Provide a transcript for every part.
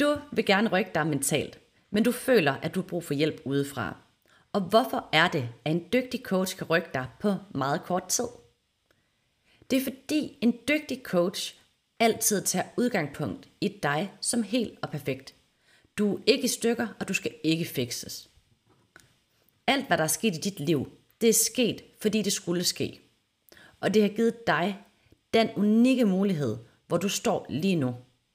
Du vil gerne rykke dig mentalt, men du føler, at du har brug for hjælp udefra. Og hvorfor er det, at en dygtig coach kan rykke dig på meget kort tid? Det er fordi en dygtig coach altid tager udgangspunkt i dig som helt og perfekt. Du er ikke i stykker, og du skal ikke fikses. Alt, hvad der er sket i dit liv, det er sket, fordi det skulle ske. Og det har givet dig den unikke mulighed, hvor du står lige nu.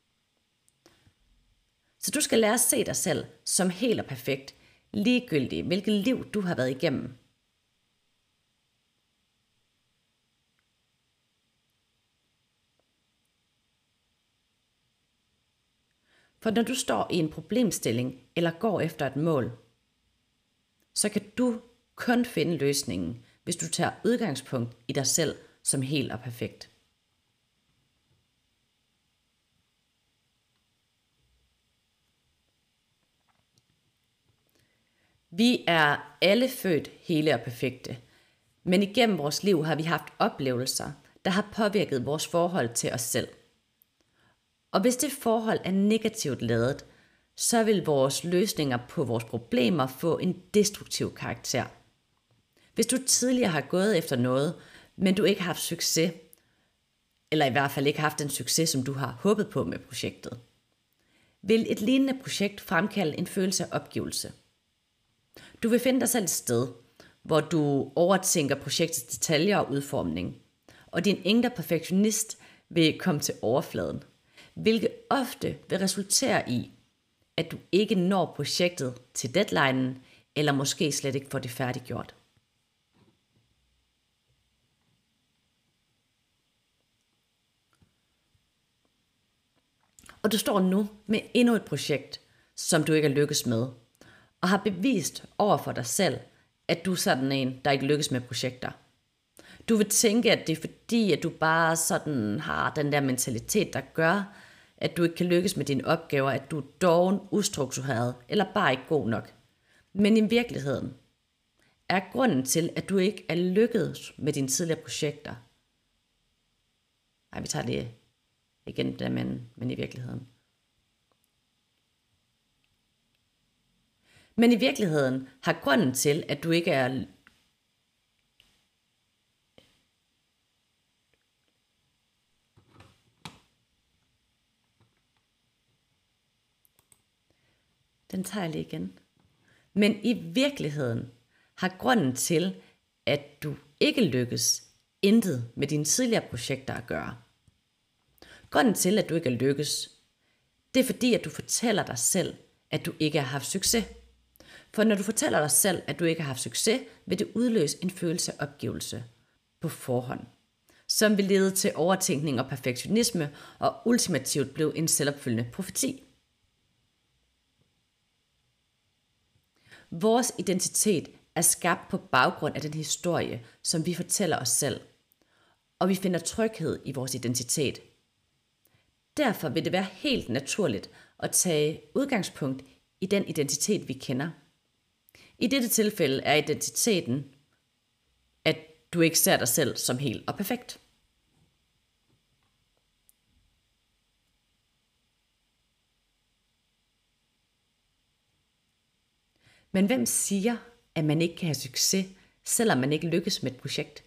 Så du skal lære at se dig selv som helt og perfekt, ligegyldigt hvilket liv du har været igennem. For når du står i en problemstilling eller går efter et mål, så kan du kun finde løsningen, hvis du tager udgangspunkt i dig selv som helt og perfekt. Vi er alle født hele og perfekte, men igennem vores liv har vi haft oplevelser, der har påvirket vores forhold til os selv. Og hvis det forhold er negativt ladet, så vil vores løsninger på vores problemer få en destruktiv karakter. Hvis du tidligere har gået efter noget, men du ikke har haft succes, eller i hvert fald ikke haft den succes, som du har håbet på med projektet, vil et lignende projekt fremkalde en følelse af opgivelse. Du vil finde dig selv et sted, hvor du overtænker projektets detaljer og udformning, og din indre perfektionist vil komme til overfladen, hvilket ofte vil resultere i, at du ikke når projektet til deadlinen, eller måske slet ikke får det færdiggjort. Og du står nu med endnu et projekt, som du ikke har lykkes med, og har bevist over for dig selv, at du er sådan en, der ikke lykkes med projekter. Du vil tænke, at det er fordi, at du bare sådan har den der mentalitet, der gør, at du ikke kan lykkes med dine opgaver, at du er doven, ustruktureret eller bare ikke god nok. Men i virkeligheden er grunden til, at du ikke er lykkedes med dine tidligere projekter. Nej, vi tager det igen, der men i virkeligheden. Men i virkeligheden har grunden til, at du ikke er Den tager jeg lige igen. Men i virkeligheden har grunden til, at du ikke lykkes, intet med dine tidligere projekter at gøre. Grunden til, at du ikke lykkes, det er fordi, at du fortæller dig selv, at du ikke har haft succes. For når du fortæller dig selv, at du ikke har haft succes, vil det udløse en følelse af opgivelse på forhånd, som vil lede til overtænkning og perfektionisme, og ultimativt blive en selvopfyldende profeti. Vores identitet er skabt på baggrund af den historie, som vi fortæller os selv, og vi finder tryghed i vores identitet. Derfor vil det være helt naturligt at tage udgangspunkt i den identitet, vi kender. I dette tilfælde er identiteten, at du ikke ser dig selv som helt og perfekt. Men hvem siger, at man ikke kan have succes, selvom man ikke lykkes med et projekt?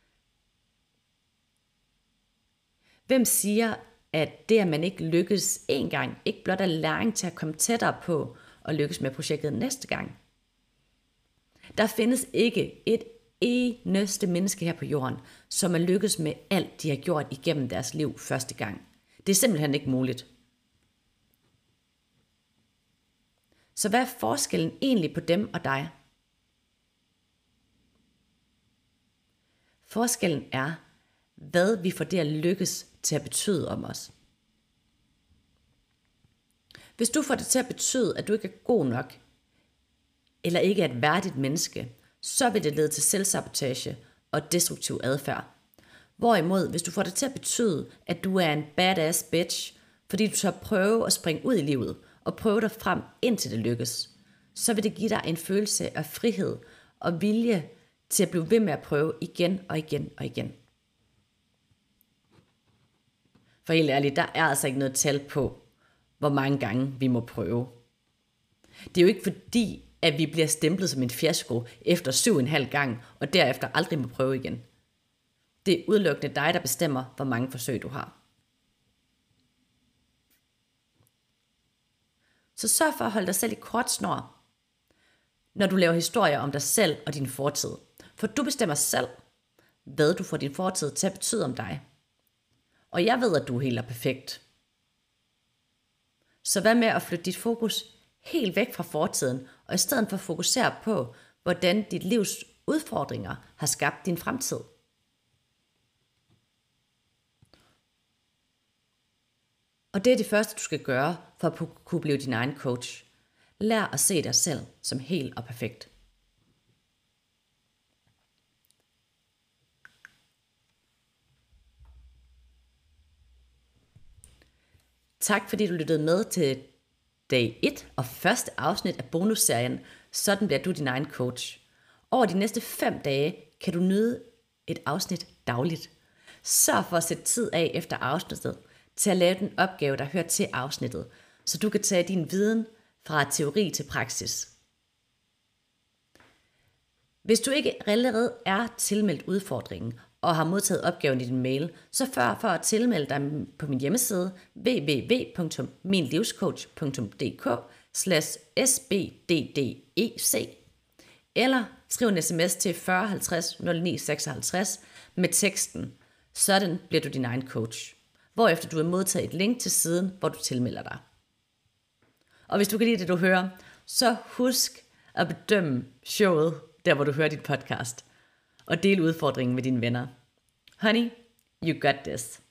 Hvem siger, at det, at man ikke lykkes en gang, ikke blot er læring til at komme tættere på og lykkes med projektet næste gang? Der findes ikke et eneste menneske her på jorden, som er lykkes med alt, de har gjort igennem deres liv første gang. Det er simpelthen ikke muligt. Så hvad er forskellen egentlig på dem og dig? Forskellen er, hvad vi får det at lykkes til at betyde om os. Hvis du får det til at betyde, at du ikke er god nok, eller ikke er et værdigt menneske, så vil det lede til selvsabotage og destruktiv adfærd. Hvorimod, hvis du får det til at betyde, at du er en badass bitch, fordi du så prøver at springe ud i livet, og prøve dig frem indtil det lykkes, så vil det give dig en følelse af frihed og vilje til at blive ved med at prøve igen og igen og igen. For helt ærligt, der er altså ikke noget tal på, hvor mange gange vi må prøve. Det er jo ikke fordi, at vi bliver stemplet som en fiasko efter 7,5 gang, og derefter aldrig må prøve igen. Det er udelukkende dig, der bestemmer, hvor mange forsøg du har. Så sørg for at holde dig selv i kort snor, når du laver historier om dig selv og din fortid. For du bestemmer selv, hvad du får din fortid til at betyde om dig. Og jeg ved, at du er helt og perfekt. Så hvad med at flytte dit fokus helt væk fra fortiden, og i stedet for fokusere på, hvordan dit livs udfordringer har skabt din fremtid. Og det er det første, du skal gøre, for at kunne blive din egen coach. Lær at se dig selv som helt og perfekt. Tak fordi du lyttede med til dag 1 og første afsnit af bonusserien Sådan bliver du din egen coach. Over de næste 5 dage kan du nyde et afsnit dagligt. Sørg for at sætte tid af efter afsnittet til at lave den opgave, der hører til afsnittet, så du kan tage din viden fra teori til praksis. Hvis du ikke allerede er tilmeldt udfordringen og har modtaget opgaven i din mail, så sørg for at tilmelde dig på min hjemmeside www.minlivscoach.dk/sbddec eller skriv en sms til 40 50 09 56 med teksten "Sådan bliver du din egen coach", hvorefter du vil modtage et link til siden, hvor du tilmelder dig. Og hvis du kan lide det, du hører, så husk at bedømme showet, der hvor du hører dit podcast, og del udfordringen med dine venner. Honey, you got this.